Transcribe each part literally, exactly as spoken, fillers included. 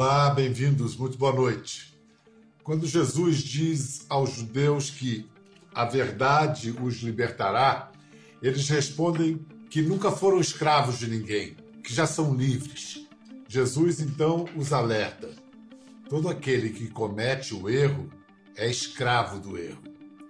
Olá, bem-vindos, muito boa noite. Quando Jesus diz aos judeus que a verdade os libertará, eles respondem que nunca foram escravos de ninguém, que já são livres. Jesus, então, os alerta. Todo aquele que comete o erro é escravo do erro.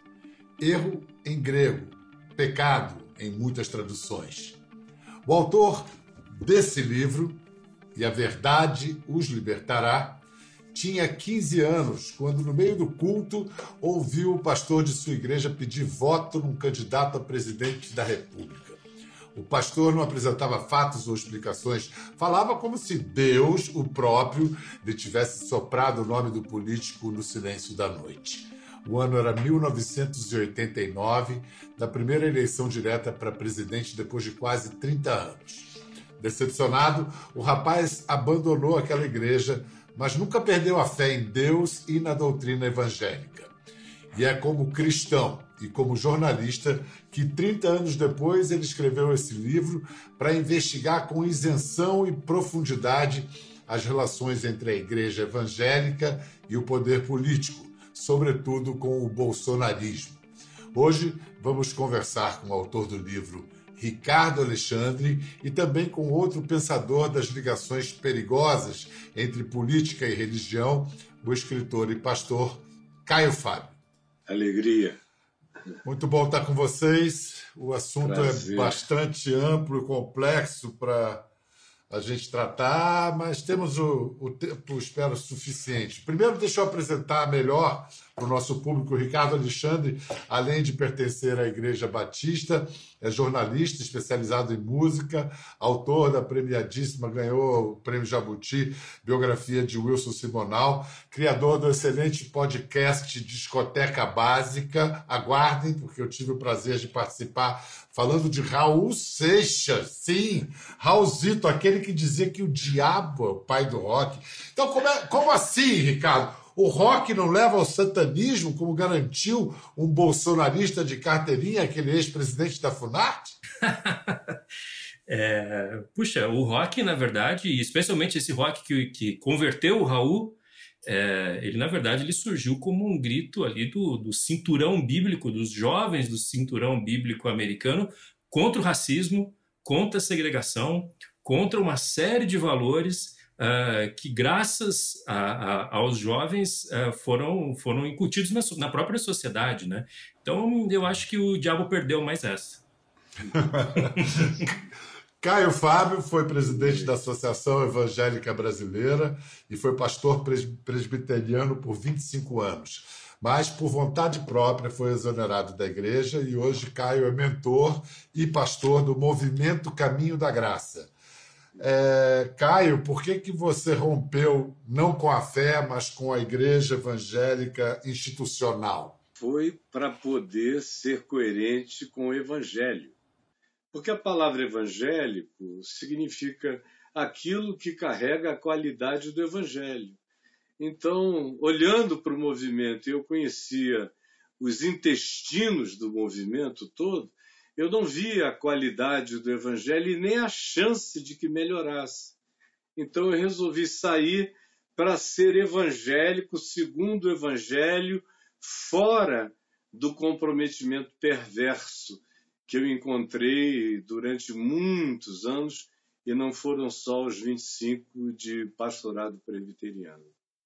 Erro em grego, pecado em muitas traduções. O autor desse livro, E a Verdade os Libertará, tinha quinze anos quando, no meio do culto, ouviu o pastor de sua igreja pedir voto num candidato a presidente da República. O pastor não apresentava fatos ou explicações, falava como se Deus, o próprio, lhe tivesse soprado o nome do político no silêncio da noite. O ano era mil novecentos e oitenta e nove, da primeira eleição direta para presidente depois de quase trinta anos. Decepcionado, o rapaz abandonou aquela igreja, mas nunca perdeu a fé em Deus e na doutrina evangélica. E é como cristão e como jornalista que, trinta anos depois, ele escreveu esse livro para investigar com isenção e profundidade as relações entre a igreja evangélica e o poder político, sobretudo com o bolsonarismo. Hoje vamos conversar com o autor do livro, Ricardo Alexandre, e também com outro pensador das ligações perigosas entre política e religião, o escritor e pastor Caio Fábio. Alegria. Muito bom estar com vocês. O assunto Prazer. É bastante amplo e complexo para a gente tratar, mas temos o, o tempo, espero, suficiente. Primeiro, deixa eu apresentar melhor para o nosso público o Ricardo Alexandre, além de pertencer à Igreja Batista, é jornalista especializado em música, autor da premiadíssima, ganhou o Prêmio Jabuti, biografia de Wilson Simonal, criador do excelente podcast Discoteca Básica. Aguardem, porque eu tive o prazer de participar falando de Raul Seixas, sim, Raulzito, aquele que dizia que o diabo é o pai do rock. Então, como, é, como assim, Ricardo? O rock não leva ao satanismo, como garantiu um bolsonarista de carteirinha, aquele ex-presidente da Funarte? é, puxa, o rock, na verdade, e especialmente esse rock que, que converteu o Raul, é, ele, na verdade, ele surgiu como um grito ali do, do cinturão bíblico, dos jovens do cinturão bíblico americano, contra o racismo, contra a segregação, contra uma série de valores uh, que, graças a, a, aos jovens, uh, foram, foram incutidos na, na própria sociedade, né? Então, eu acho que o diabo perdeu mais essa. Caio Fábio foi presidente da Associação Evangélica Brasileira e foi pastor presbiteriano por vinte e cinco anos. Mas, por vontade própria, foi exonerado da igreja e hoje Caio é mentor e pastor do Movimento Caminho da Graça. É, Caio, por que, que você rompeu não com a fé, mas com a igreja evangélica institucional? Foi para poder ser coerente com o evangelho. Porque a palavra evangélico significa aquilo que carrega a qualidade do evangelho. Então, olhando para o movimento, eu conhecia os intestinos do movimento todo, eu não via a qualidade do evangelho e nem a chance de que melhorasse. Então eu resolvi sair para ser evangélico, segundo o evangelho, fora do comprometimento perverso que eu encontrei durante muitos anos, e não foram só os vinte e cinco de pastorado presbiteriano.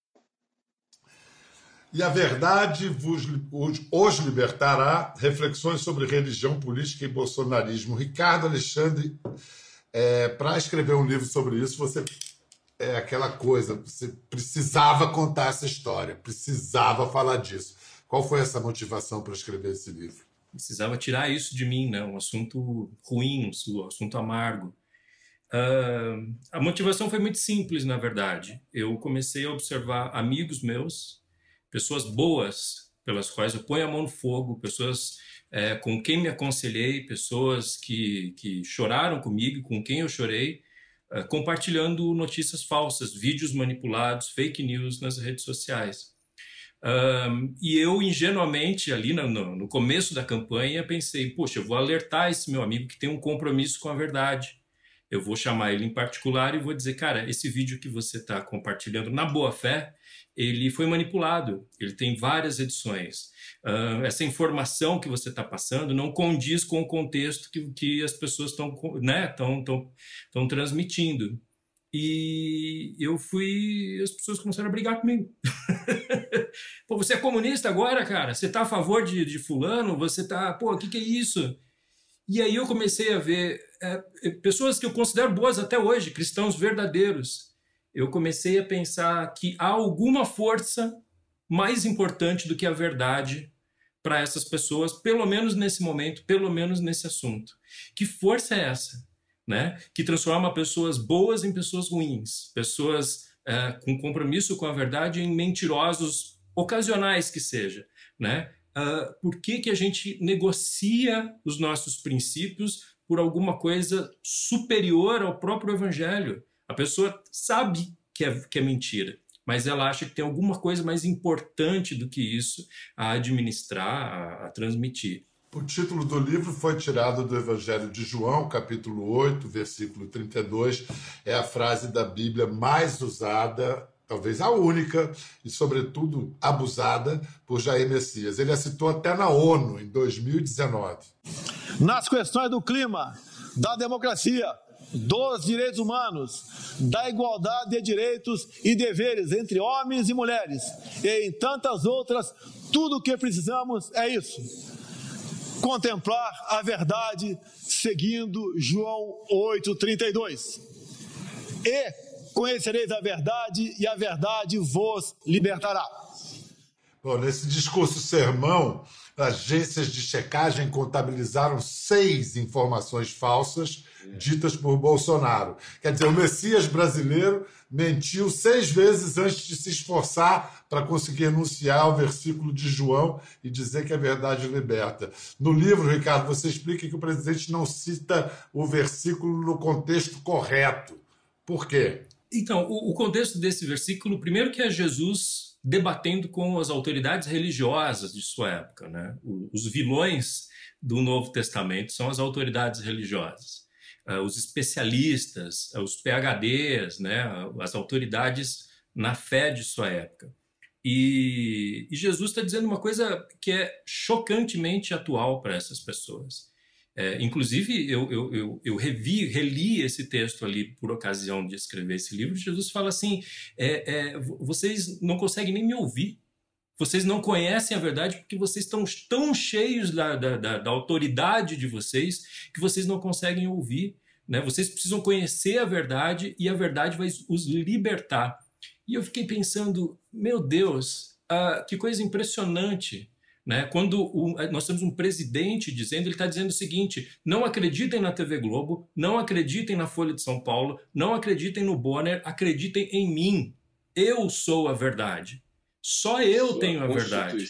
E a verdade vos, os, os libertará. Reflexões sobre religião, política e bolsonarismo. Ricardo Alexandre, é, para escrever um livro sobre isso, você é aquela coisa, você precisava contar essa história, precisava falar disso. Qual foi essa motivação para escrever esse livro? Precisava tirar isso de mim, né? Um assunto ruim, um assunto amargo. Uh, a motivação foi muito simples, na verdade. Eu comecei a observar amigos meus, pessoas boas pelas quais eu ponho a mão no fogo, pessoas é, com quem me aconselhei, pessoas que, que choraram comigo, com quem eu chorei, é, compartilhando notícias falsas, vídeos manipulados, fake news nas redes sociais. Um, e eu, ingenuamente, ali no, no começo da campanha, pensei, poxa, eu vou alertar esse meu amigo que tem um compromisso com a verdade. Eu vou chamar ele em particular e vou dizer, cara, esse vídeo que você está compartilhando na boa fé, ele foi manipulado, ele tem várias edições. Uh, essa informação que você está passando não condiz com o contexto que, que as pessoas estão, né, tão, tão, tão transmitindo. E eu fui... As pessoas começaram a brigar comigo. Pô, você é comunista agora, cara? Você está a favor de, de fulano? Você está... Pô, o que, que é isso? E aí eu comecei a ver é, pessoas que eu considero boas até hoje, cristãos verdadeiros. Eu comecei a pensar que há alguma força mais importante do que a verdade para essas pessoas, pelo menos nesse momento, pelo menos nesse assunto. Que força é essa? Né? Que transforma pessoas boas em pessoas ruins, pessoas é, com compromisso com a verdade em mentirosos ocasionais que seja, né? Uh, por que que a gente negocia os nossos princípios por alguma coisa superior ao próprio evangelho? A pessoa sabe que é, que é mentira, mas ela acha que tem alguma coisa mais importante do que isso a administrar, a, a transmitir. O título do livro foi tirado do Evangelho de João, capítulo oito, versículo trinta e dois. É a frase da Bíblia mais usada, talvez a única, e, sobretudo, abusada por Jair Messias. Ele a citou até na ONU, em dois mil e dezenove. Nas questões do clima, da democracia, dos direitos humanos, da igualdade de direitos e deveres entre homens e mulheres, e em tantas outras, tudo o que precisamos é isso: contemplar a verdade seguindo João oito, trinta e dois. E conhecereis a verdade, e a verdade vos libertará. Bom, nesse discurso sermão, agências de checagem contabilizaram seis informações falsas ditas por Bolsonaro. Quer dizer, o Messias brasileiro mentiu seis vezes antes de se esforçar para conseguir enunciar o versículo de João e dizer que a verdade liberta. No livro, Ricardo, você explica que o presidente não cita o versículo no contexto correto. Por quê? Então, o, o contexto desse versículo, primeiro que é Jesus debatendo com as autoridades religiosas de sua época, né? Os vilões do Novo Testamento são as autoridades religiosas. Uh, os especialistas, uh, os P H Ds, né? Uh, as autoridades na fé de sua época. E, e Jesus está dizendo uma coisa que é chocantemente atual para essas pessoas. É, inclusive, eu, eu, eu, eu revi, reli esse texto ali por ocasião de escrever esse livro. Jesus fala assim, é, é, vocês não conseguem nem me ouvir, vocês não conhecem a verdade porque vocês estão tão cheios da, da, da, da autoridade de vocês que vocês não conseguem ouvir, né? Vocês precisam conhecer a verdade e a verdade vai os libertar. E eu fiquei pensando, meu Deus, ah, que coisa impressionante, né? Quando o, nós temos um presidente dizendo, ele está dizendo o seguinte: não acreditem na T V Globo, não acreditem na Folha de São Paulo, não acreditem no Bonner, acreditem em mim. Eu sou a verdade. Só eu Sua tenho a verdade.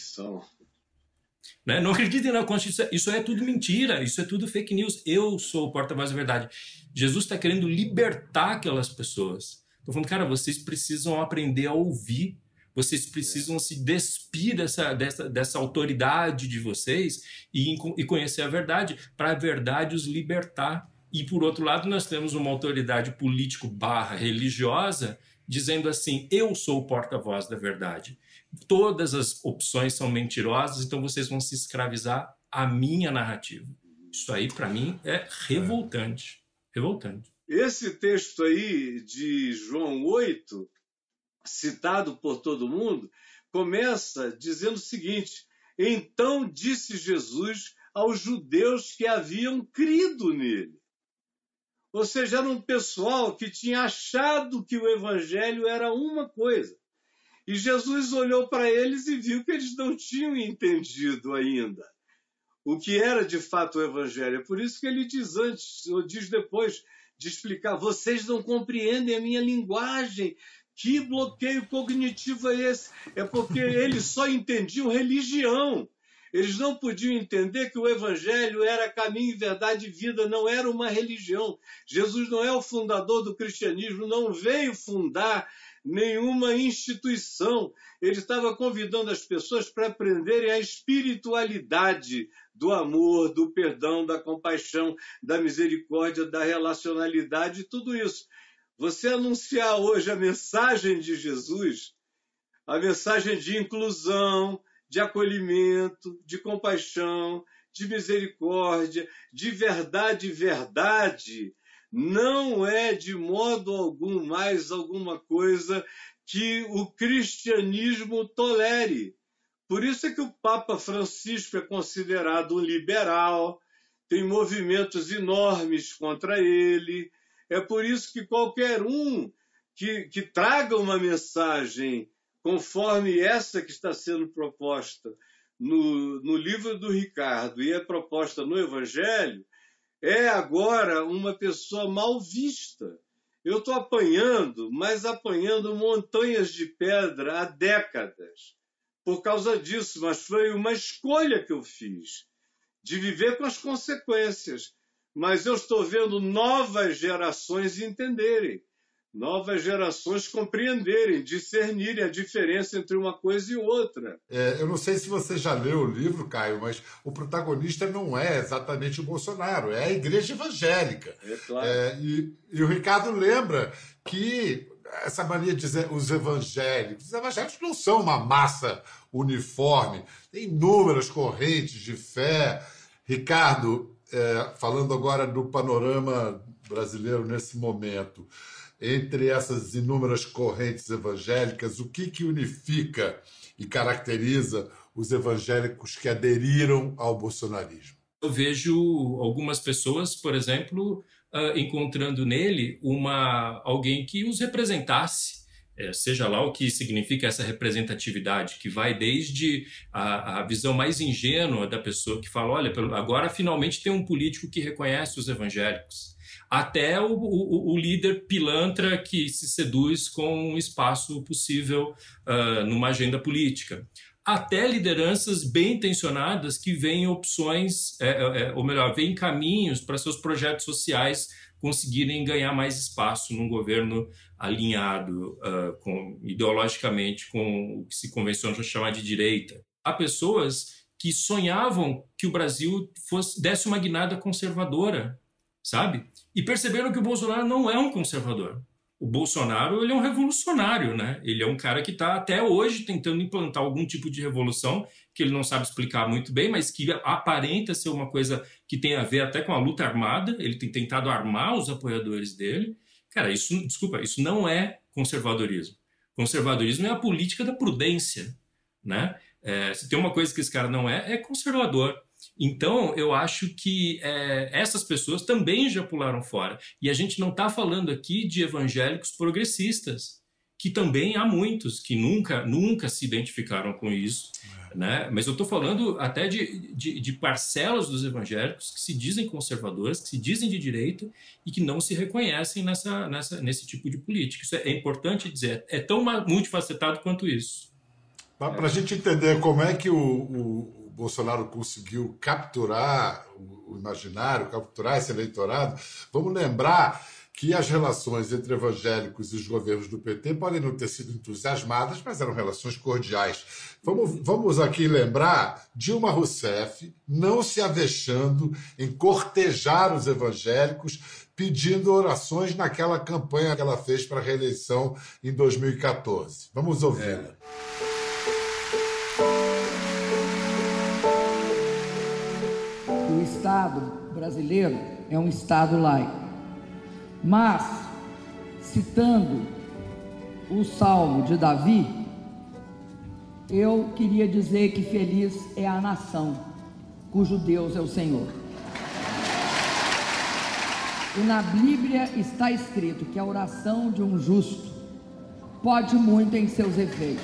Né? Não acreditem na Constituição. Isso é tudo mentira, isso é tudo fake news. Eu sou o porta-voz da verdade. Jesus está querendo libertar aquelas pessoas. Estou falando, cara, vocês precisam aprender a ouvir. Vocês precisam se despir dessa, dessa, dessa autoridade de vocês e, e conhecer a verdade, para a verdade os libertar. E, por outro lado, nós temos uma autoridade político barra religiosa dizendo assim, eu sou o porta-voz da verdade. Todas as opções são mentirosas, então vocês vão se escravizar à minha narrativa. Isso aí, para mim, é revoltante. Revoltante. Esse texto aí de João oito, citado por todo mundo, começa dizendo o seguinte: então disse Jesus aos judeus que haviam crido nele. Ou seja, era um pessoal que tinha achado que o evangelho era uma coisa. E Jesus olhou para eles e viu que eles não tinham entendido ainda o que era de fato o evangelho. É por isso que ele diz antes, ou diz depois, de explicar: vocês não compreendem a minha linguagem. Que bloqueio cognitivo é esse? É porque eles só entendiam religião. Eles não podiam entender que o evangelho era caminho, verdade e vida, não era uma religião. Jesus não é o fundador do cristianismo, não veio fundar nenhuma instituição. Ele estava convidando as pessoas para aprenderem a espiritualidade do amor, do perdão, da compaixão, da misericórdia, da relacionalidade, tudo isso. Você anunciar hoje a mensagem de Jesus, a mensagem de inclusão, de acolhimento, de compaixão, de misericórdia, de verdade e verdade, não é de modo algum mais alguma coisa que o cristianismo tolere. Por isso é que o Papa Francisco é considerado um liberal, tem movimentos enormes contra ele. É por isso que qualquer um que, que traga uma mensagem conforme essa que está sendo proposta no, no livro do Ricardo e é proposta no Evangelho, é agora uma pessoa mal vista. Eu estou apanhando, mas apanhando montanhas de pedra há décadas por causa disso, mas foi uma escolha que eu fiz, de viver com as consequências. Mas eu estou vendo novas gerações entenderem, novas gerações compreenderem, discernirem a diferença entre uma coisa e outra. É, eu não sei se você já leu o livro, Caio, mas o protagonista não é exatamente o Bolsonaro, é a igreja evangélica. É claro. É, e, e o Ricardo lembra que essa mania de dizer os evangélicos, os evangélicos não são uma massa uniforme, tem inúmeras correntes de fé. Ricardo, é, falando agora do panorama brasileiro nesse momento, entre essas inúmeras correntes evangélicas, o que, que unifica e caracteriza os evangélicos que aderiram ao bolsonarismo? Eu vejo algumas pessoas, por exemplo, uh, encontrando nele uma, alguém que os representasse, é, seja lá o que significa essa representatividade, que vai desde a, a visão mais ingênua da pessoa que fala, olha, agora finalmente tem um político que reconhece os evangélicos, até o, o, o líder pilantra que se seduz com um espaço possível uh, numa agenda política. Até lideranças bem intencionadas que veem opções, é, é, ou melhor, veem caminhos para seus projetos sociais conseguirem ganhar mais espaço num governo alinhado uh, com, ideologicamente com o que se convenciona chamar de direita. Há pessoas que sonhavam que o Brasil fosse, desse uma guinada conservadora, sabe? E perceberam que o Bolsonaro não é um conservador. O Bolsonaro, ele é um revolucionário, né? Ele é um cara que está até hoje tentando implantar algum tipo de revolução que ele não sabe explicar muito bem, mas que aparenta ser uma coisa que tem a ver até com a luta armada. Ele tem tentado armar os apoiadores dele. Cara, isso, desculpa, isso não é conservadorismo. Conservadorismo é a política da prudência, né? É, se tem uma coisa que esse cara não é, é conservador. Então, eu acho que é, essas pessoas também já pularam fora. E a gente não está falando aqui de evangélicos progressistas, que também há muitos que nunca, nunca se identificaram com isso. É. Né? Mas eu estou falando até de, de, de parcelas dos evangélicos que se dizem conservadores, que se dizem de direita e que não se reconhecem nessa, nessa, nesse tipo de política. Isso é, é importante dizer. É tão multifacetado quanto isso. Para a gente entender como é que o... o... Bolsonaro conseguiu capturar o imaginário, capturar esse eleitorado, vamos lembrar que as relações entre evangélicos e os governos do P T podem não ter sido entusiasmadas, mas eram relações cordiais. Vamos, vamos aqui lembrar Dilma Rousseff não se avexando em cortejar os evangélicos, pedindo orações naquela campanha que ela fez para a reeleição em dois mil e quatorze. Vamos ouvi-la. É. O Estado brasileiro é um Estado laico. Mas, citando o Salmo de Davi, eu queria dizer que feliz é a nação cujo Deus é o Senhor. E na Bíblia está escrito que a oração de um justo pode muito em seus efeitos.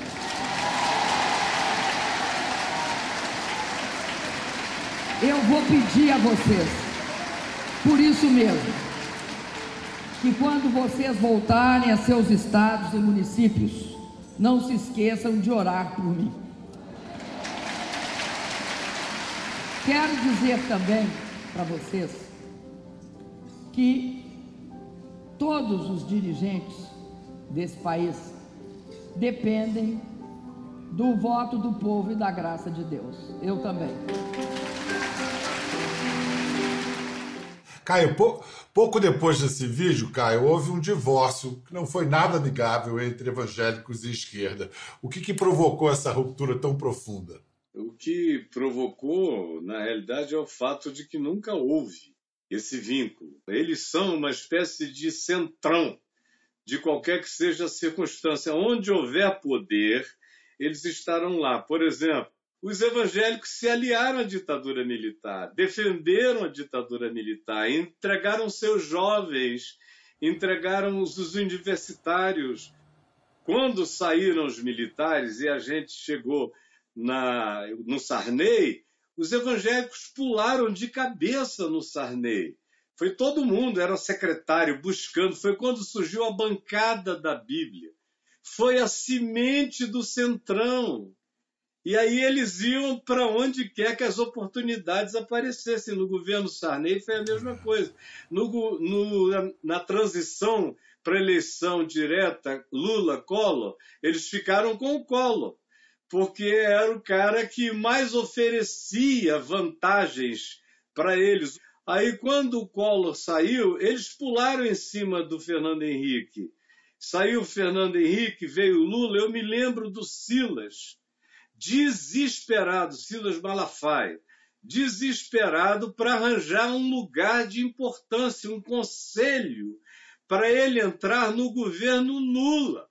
Eu vou pedir a vocês, por isso mesmo, que quando vocês voltarem a seus estados e municípios, não se esqueçam de orar por mim. Quero dizer também para vocês que todos os dirigentes desse país dependem do voto do povo e da graça de Deus. Eu também. Caio, pou, pouco depois desse vídeo, Caio, houve um divórcio que não foi nada amigável entre evangélicos e esquerda. O que, que provocou essa ruptura tão profunda? O que provocou, na realidade, é o fato de que nunca houve esse vínculo. Eles são uma espécie de centrão de qualquer que seja a circunstância. Onde houver poder, eles estarão lá. Por exemplo, os evangélicos se aliaram à ditadura militar, defenderam a ditadura militar, entregaram seus jovens, entregaram os universitários. Quando saíram os militares e a gente chegou na, no Sarney, os evangélicos pularam de cabeça no Sarney. Foi todo mundo, era secretário buscando, foi quando surgiu a bancada da Bíblia. Foi a semente do centrão. E aí eles iam para onde quer que as oportunidades aparecessem. No governo Sarney foi a mesma coisa. No, no, na transição para a eleição direta Lula-Collor, eles ficaram com o Collor, porque era o cara que mais oferecia vantagens para eles. Aí, quando o Collor saiu, eles pularam em cima do Fernando Henrique. Saiu o Fernando Henrique, veio o Lula. Eu me lembro do Silas, desesperado, Silas Malafaia, desesperado para arranjar um lugar de importância, um conselho, para ele entrar no governo Lula.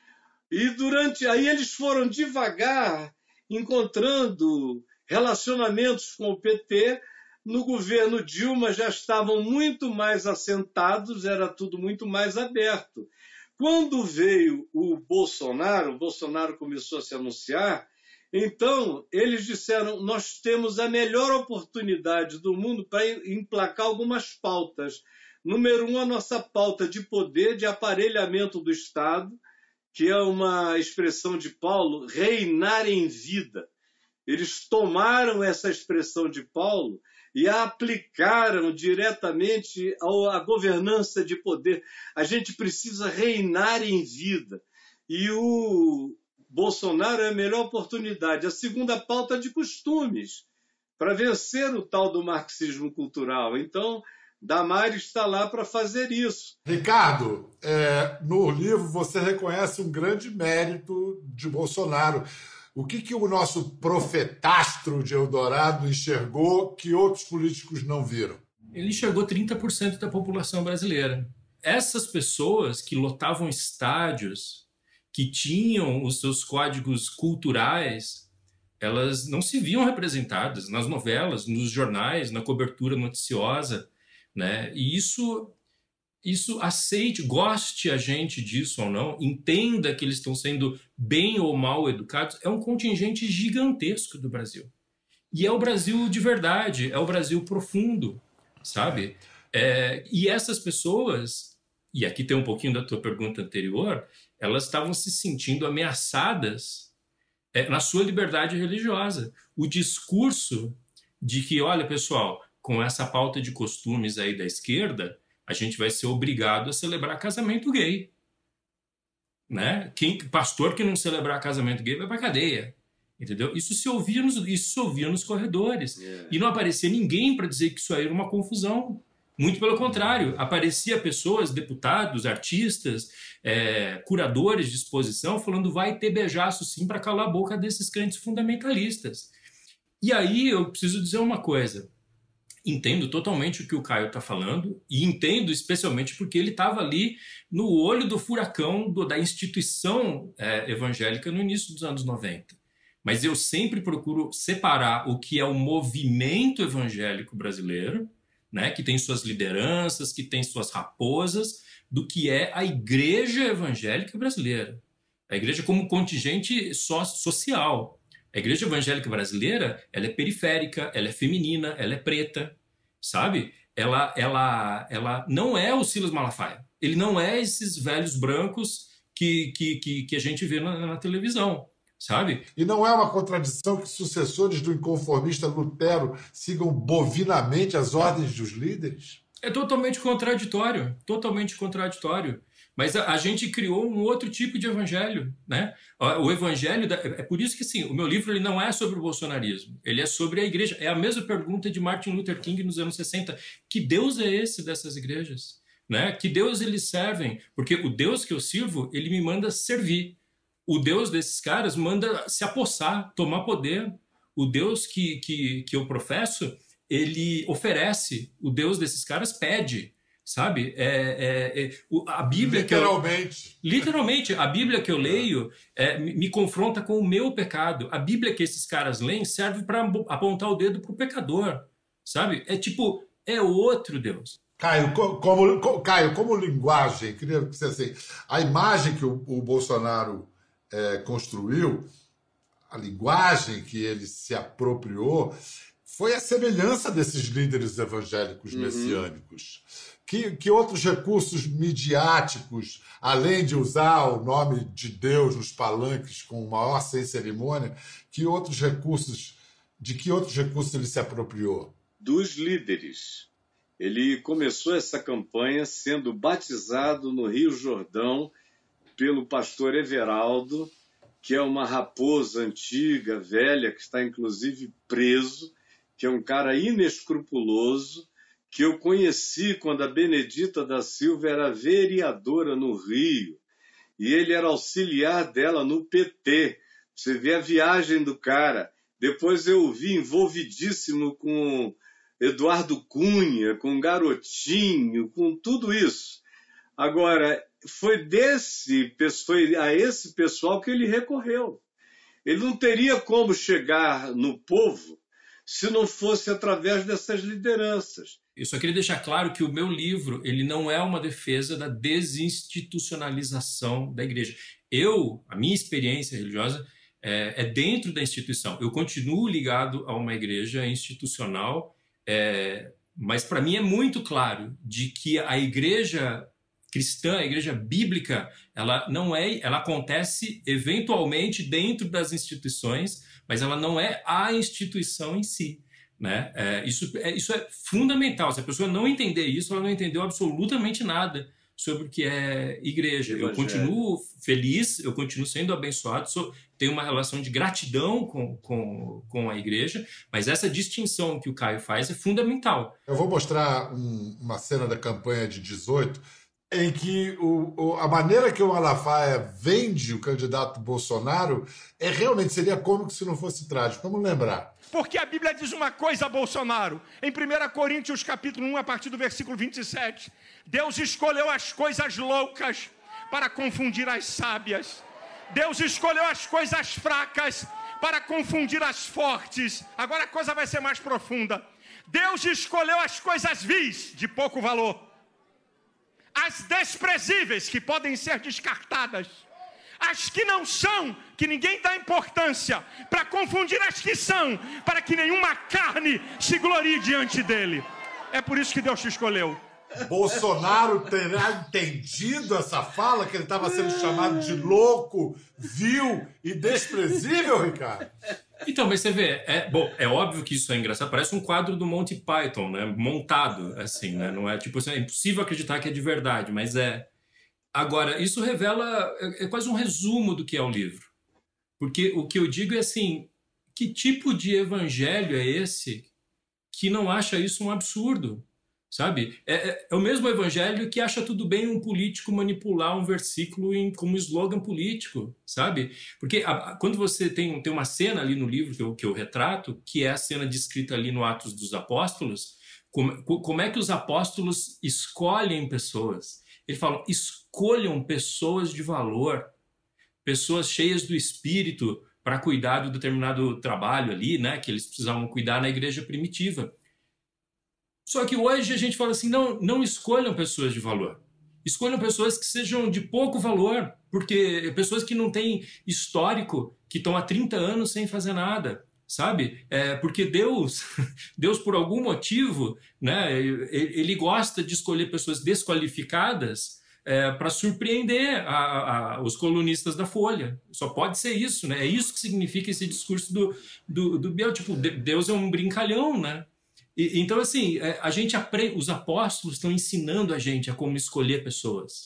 E durante aí eles foram devagar encontrando relacionamentos com o P T. No governo Dilma já estavam muito mais assentados, era tudo muito mais aberto. Quando veio o Bolsonaro, o Bolsonaro começou a se anunciar, então eles disseram: nós temos a melhor oportunidade do mundo para emplacar algumas pautas. Número um, a nossa pauta de poder, de aparelhamento do Estado, que é uma expressão de Paulo, reinar em vida. Eles tomaram essa expressão de Paulo e a aplicaram diretamente à governança de poder. A gente precisa reinar em vida. E o Bolsonaro é a melhor oportunidade. A segunda pauta de costumes, para vencer o tal do marxismo cultural. Então, Damares está lá para fazer isso. Ricardo, é, no livro você reconhece um grande mérito de Bolsonaro. O que, que o nosso profetastro de Eldorado enxergou que outros políticos não viram? Ele enxergou trinta por cento da população brasileira. Essas pessoas que lotavam estádios, que tinham os seus códigos culturais, elas não se viam representadas nas novelas, nos jornais, na cobertura noticiosa, né? E isso... Isso aceite, goste a gente disso ou não, entenda que eles estão sendo bem ou mal educados, é um contingente gigantesco do Brasil. E é o Brasil de verdade, é o Brasil profundo, sabe? É, e essas pessoas, e aqui tem um pouquinho da tua pergunta anterior, elas estavam se sentindo ameaçadas é, na sua liberdade religiosa. O discurso de que, olha, pessoal, com essa pauta de costumes aí da esquerda, a gente vai ser obrigado a celebrar casamento gay. Né? Quem, pastor que não celebrar casamento gay vai para cadeia. Entendeu? Isso se ouvia nos, isso se ouvia nos corredores. Yeah. E não aparecia ninguém para dizer que isso aí era uma confusão. Muito pelo contrário, aparecia pessoas, deputados, artistas, é, curadores de exposição, falando vai ter beijaço sim para calar a boca desses crentes fundamentalistas. E aí eu preciso dizer uma coisa. Entendo totalmente o que o Caio está falando e entendo especialmente porque ele estava ali no olho do furacão do, da instituição é, evangélica no início dos anos noventa. Mas eu sempre procuro separar o que é o movimento evangélico brasileiro, né, que tem suas lideranças, que tem suas raposas, do que é a igreja evangélica brasileira. A igreja como contingente so- social. A igreja evangélica brasileira, ela é periférica, ela é feminina, ela é preta, sabe? Ela, ela, ela não é o Silas Malafaia. Ele não é esses velhos brancos que, que, que, que a gente vê na, na televisão, sabe? E não é uma contradição que sucessores do inconformista Lutero sigam bovinamente as ordens dos líderes? É totalmente contraditório, totalmente contraditório. Mas a, a gente criou um outro tipo de evangelho, né? O evangelho, da, é por isso que, sim, o meu livro ele não é sobre o bolsonarismo, ele é sobre a igreja. É a mesma pergunta de Martin Luther King nos anos sessenta. Que Deus é esse dessas igrejas? Né? Que Deus eles servem? Porque o Deus que eu sirvo, ele me manda servir. O Deus desses caras manda se apossar, tomar poder. O Deus que, que, que eu professo, ele oferece. O Deus desses caras pede. Sabe? É, é, é, a Bíblia literalmente. Que eu, literalmente, a Bíblia que eu leio é, me, me confronta com o meu pecado. A Bíblia que esses caras leem serve para apontar o dedo para o pecador. Sabe? É tipo, é outro Deus. Caio, como, Caio, como linguagem, queria dizer assim, a imagem que o, o Bolsonaro é, construiu, a linguagem que ele se apropriou, foi a semelhança desses líderes evangélicos Uhum. messiânicos. Que, que outros recursos midiáticos, além de usar o nome de Deus nos palanques com o maior sem cerimônia, que outros recursos, de que outros recursos ele se apropriou? Dos líderes. Ele começou essa campanha sendo batizado no Rio Jordão pelo pastor Everaldo, que é uma raposa antiga, velha, que está inclusive preso, que é um cara inescrupuloso, que eu conheci quando a Benedita da Silva era vereadora no Rio, e ele era auxiliar dela no P T. Você vê a viagem do cara. Depois eu o vi envolvidíssimo com Eduardo Cunha, com Garotinho, com tudo isso. Agora, foi, desse, foi a esse pessoal que ele recorreu. Ele não teria como chegar no povo se não fosse através dessas lideranças. Eu só queria deixar claro que o meu livro ele não é uma defesa da desinstitucionalização da igreja. Eu, a minha experiência religiosa é, é dentro da instituição. Eu continuo ligado a uma igreja institucional, é, mas para mim é muito claro de que a igreja cristã, a igreja bíblica, ela não é, ela acontece eventualmente dentro das instituições, mas ela não é a instituição em si. Né? É, isso, é, isso é fundamental. Se a pessoa não entender isso, ela não entendeu absolutamente nada sobre o que é igreja. Eu continuo feliz, eu continuo sendo abençoado, sou, tenho uma relação de gratidão com, com, com a igreja, mas essa distinção que o Caio faz é fundamental. Eu vou mostrar um, uma cena da campanha de dezoito em que o, o, a maneira que o Malafaia vende o candidato Bolsonaro é realmente seria cômico se não fosse trágico. Vamos lembrar. Porque a Bíblia diz uma coisa a Bolsonaro. Em primeira Coríntios, capítulo um, a partir do versículo vinte e sete. Deus escolheu as coisas loucas para confundir as sábias. Deus escolheu as coisas fracas para confundir as fortes. Agora a coisa vai ser mais profunda. Deus escolheu as coisas vis, de pouco valor. As desprezíveis, que podem ser descartadas. As que não são, que ninguém dá importância, para confundir as que são, para que nenhuma carne se glorie diante dele. É por isso que Deus te escolheu. Bolsonaro terá entendido essa fala, que ele estava sendo chamado de louco, vil e desprezível, Ricardo? Então, mas você vê, é, bom, é óbvio que isso é engraçado, parece um quadro do Monty Python, né? Montado, assim, né? Não é tipo assim, é impossível acreditar que é de verdade, mas é. Agora, isso revela, é, é quase um resumo do que é o livro. Porque o que eu digo é assim, que tipo de evangelho é esse que não acha isso um absurdo? Sabe? É, é o mesmo evangelho que acha tudo bem um político manipular um versículo em, como slogan político, sabe? Porque a, a, quando você tem, tem uma cena ali no livro que eu, que eu retrato, que é a cena descrita ali no Atos dos Apóstolos, como, como é que os apóstolos escolhem pessoas? Eles falam, escolham pessoas de valor, pessoas cheias do Espírito para cuidar de determinado trabalho ali, né? Que eles precisavam cuidar na igreja primitiva. Só que hoje a gente fala assim, não, não escolham pessoas de valor. Escolham pessoas que sejam de pouco valor, porque pessoas que não têm histórico, que estão há trinta anos sem fazer nada, sabe? É, porque Deus, Deus por algum motivo, né, ele gosta de escolher pessoas desqualificadas é, para surpreender a, a, os colunistas da Folha. Só pode ser isso, né? É isso que significa esse discurso do, do, do Biel. Tipo, Deus é um brincalhão, né? E, então, assim, a gente aprende, os apóstolos estão ensinando a gente a como escolher pessoas,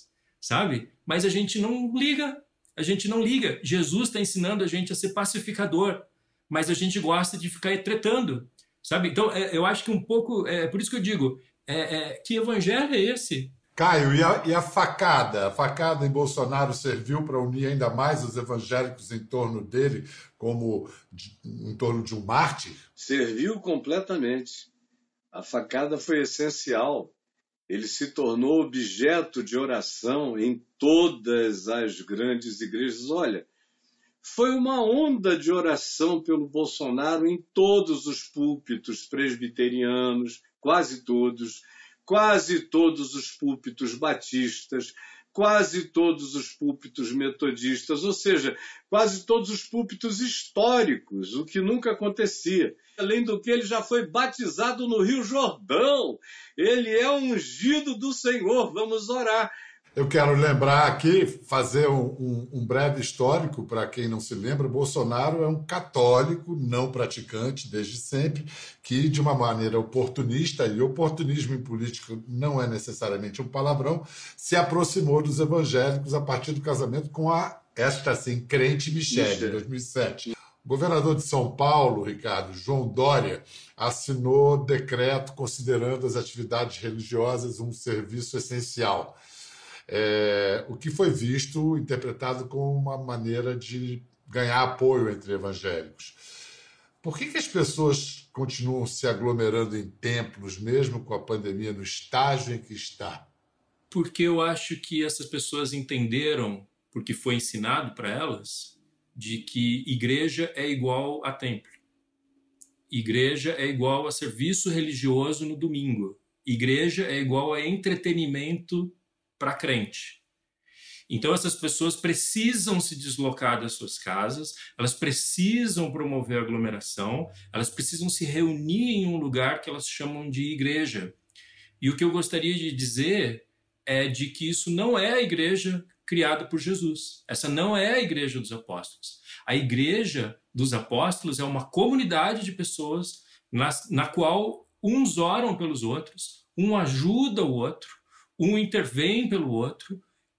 sabe? Mas a gente não liga, a gente não liga. Jesus está ensinando a gente a ser pacificador, mas a gente gosta de ficar tretando, sabe? Então, é, eu acho que um pouco, é por isso que eu digo, é, é, que evangelho é esse? Caio, e a, e a facada? A facada em Bolsonaro serviu para unir ainda mais os evangélicos em torno dele, como de, em torno de um mártir? Serviu completamente. A facada foi essencial. Ele se tornou objeto de oração em todas as grandes igrejas. Olha, foi uma onda de oração pelo Bolsonaro em todos os púlpitos presbiterianos, quase todos, quase todos os púlpitos batistas, quase todos os púlpitos metodistas, ou seja, quase todos os púlpitos históricos, o que nunca acontecia. Além do que, ele já foi batizado no Rio Jordão. Ele é ungido do Senhor. Vamos orar. Eu quero lembrar aqui, fazer um, um, um breve histórico para quem não se lembra. Bolsonaro é um católico não praticante desde sempre, que de uma maneira oportunista, e oportunismo em política não é necessariamente um palavrão, se aproximou dos evangélicos a partir do casamento com a, esta assim, crente Michele, em dois mil e sete. O governador de São Paulo, Ricardo, João Dória, assinou decreto considerando as atividades religiosas um serviço essencial. É, o que foi visto, interpretado como uma maneira de ganhar apoio entre evangélicos. Por que que as pessoas continuam se aglomerando em templos, mesmo com a pandemia no estágio em que está? Porque eu acho que essas pessoas entenderam, porque foi ensinado para elas, de que igreja é igual a templo. Igreja é igual a serviço religioso no domingo. Igreja é igual a entretenimento para crente. Então essas pessoas precisam se deslocar das suas casas, elas precisam promover aglomeração, elas precisam se reunir em um lugar que elas chamam de igreja. E o que eu gostaria de dizer é de que isso não é a igreja criada por Jesus. Essa não é a igreja dos apóstolos. A igreja dos apóstolos é uma comunidade de pessoas na, na qual uns oram pelos outros, um ajuda o outro, um intervém pelo outro.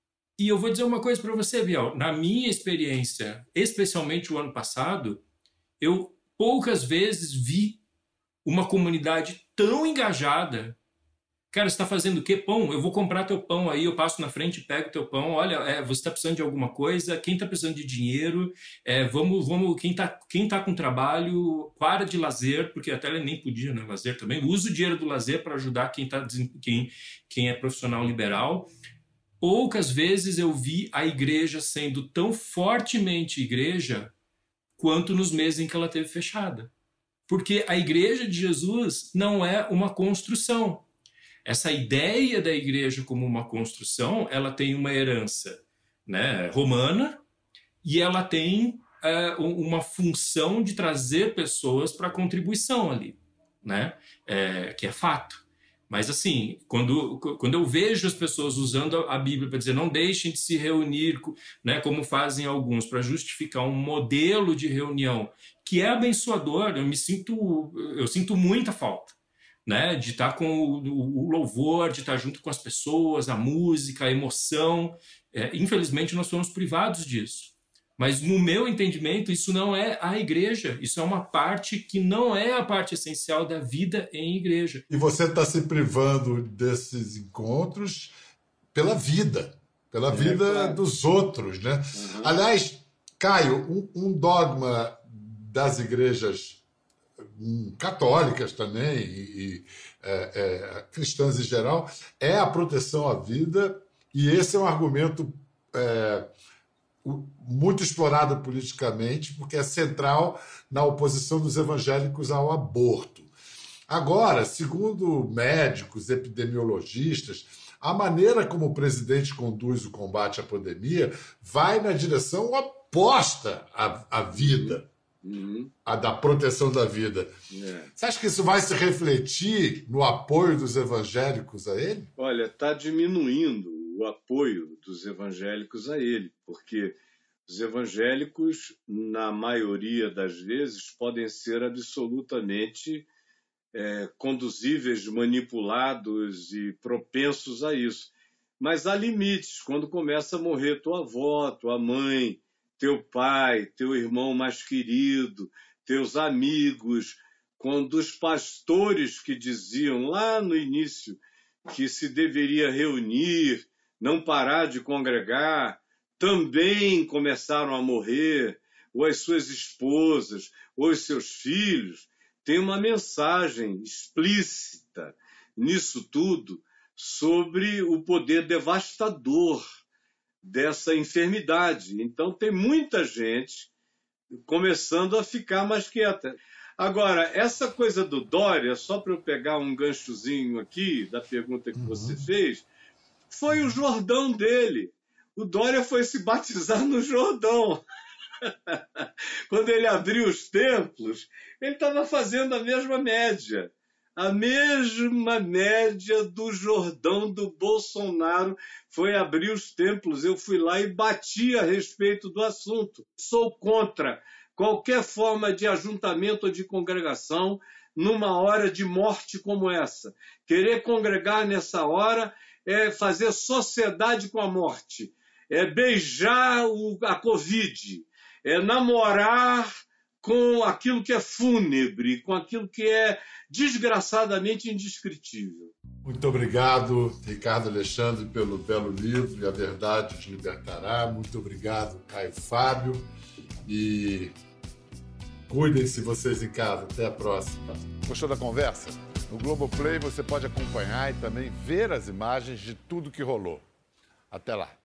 E eu vou dizer uma coisa para você, Biel. Na minha experiência, especialmente o ano passado, eu poucas vezes vi uma comunidade tão engajada. Cara, você está fazendo o quê? Pão? Eu vou comprar teu pão aí, eu passo na frente e pego teu pão. Olha, é, você está precisando de alguma coisa? Quem está precisando de dinheiro? É, vamos, vamos, quem está quem tá com trabalho, para de lazer, porque até ele nem podia, né, lazer também. Usa o dinheiro do lazer para ajudar quem, tá, quem, quem é profissional liberal. Poucas vezes eu vi a igreja sendo tão fortemente igreja quanto nos meses em que ela esteve fechada. Porque a igreja de Jesus não é uma construção. Essa ideia da igreja como uma construção, ela tem uma herança, né, romana, e ela tem é, uma função de trazer pessoas para a contribuição ali, né, é, que é fato. Mas assim, quando, quando eu vejo as pessoas usando a Bíblia para dizer não deixem de se reunir, né, como fazem alguns, para justificar um modelo de reunião que é abençoador, eu me sinto, eu sinto muita falta. Né, de estar com o, o louvor, de estar junto com as pessoas, a música, a emoção. É, infelizmente, nós somos privados disso. Mas, no meu entendimento, isso não é a igreja. Isso é uma parte que não é a parte essencial da vida em igreja. E você está se privando desses encontros pela vida, pela é, vida claro. dos outros, né? Uhum. Aliás, Caio, um, um dogma das igrejas católicas também e, e é, é, cristãs em geral, é a proteção à vida, e esse é um argumento é, muito explorado politicamente, porque é central na oposição dos evangélicos ao aborto. Agora, segundo médicos, epidemiologistas, a maneira como o presidente conduz o combate à pandemia vai na direção oposta à, à vida. Uhum. A da proteção da vida. É. Você acha que isso vai se refletir no apoio dos evangélicos a ele? Olha, está diminuindo o apoio dos evangélicos a ele, porque os evangélicos, na maioria das vezes, podem ser absolutamente é, conduzíveis, manipulados e propensos a isso. Mas há limites, quando começa a morrer tua avó, tua mãe, teu pai, teu irmão mais querido, teus amigos, quando os pastores que diziam lá no início que se deveria reunir, não parar de congregar, também começaram a morrer, ou as suas esposas, ou os seus filhos, tem uma mensagem explícita nisso tudo sobre o poder devastador dessa enfermidade. Então, tem muita gente começando a ficar mais quieta. Agora, essa coisa do Dória, só para eu pegar um ganchozinho aqui da pergunta que você uhum. fez, foi o Jordão dele. O Dória foi se batizar no Jordão. Quando ele abriu os templos, ele estava fazendo a mesma média. A mesma média do Jordão do Bolsonaro foi abrir os templos. Eu fui lá e bati a respeito do assunto. Sou contra qualquer forma de ajuntamento ou de congregação numa hora de morte como essa. Querer congregar nessa hora é fazer sociedade com a morte, é beijar o, a Covid, é namorar com aquilo que é fúnebre, com aquilo que é desgraçadamente indescritível. Muito obrigado, Ricardo Alexandre, pelo belo livro e A Verdade Os Libertará. Muito obrigado, Caio Fábio. E cuidem-se vocês em casa. Até a próxima. Gostou da conversa? No Globoplay você pode acompanhar e também ver as imagens de tudo que rolou. Até lá.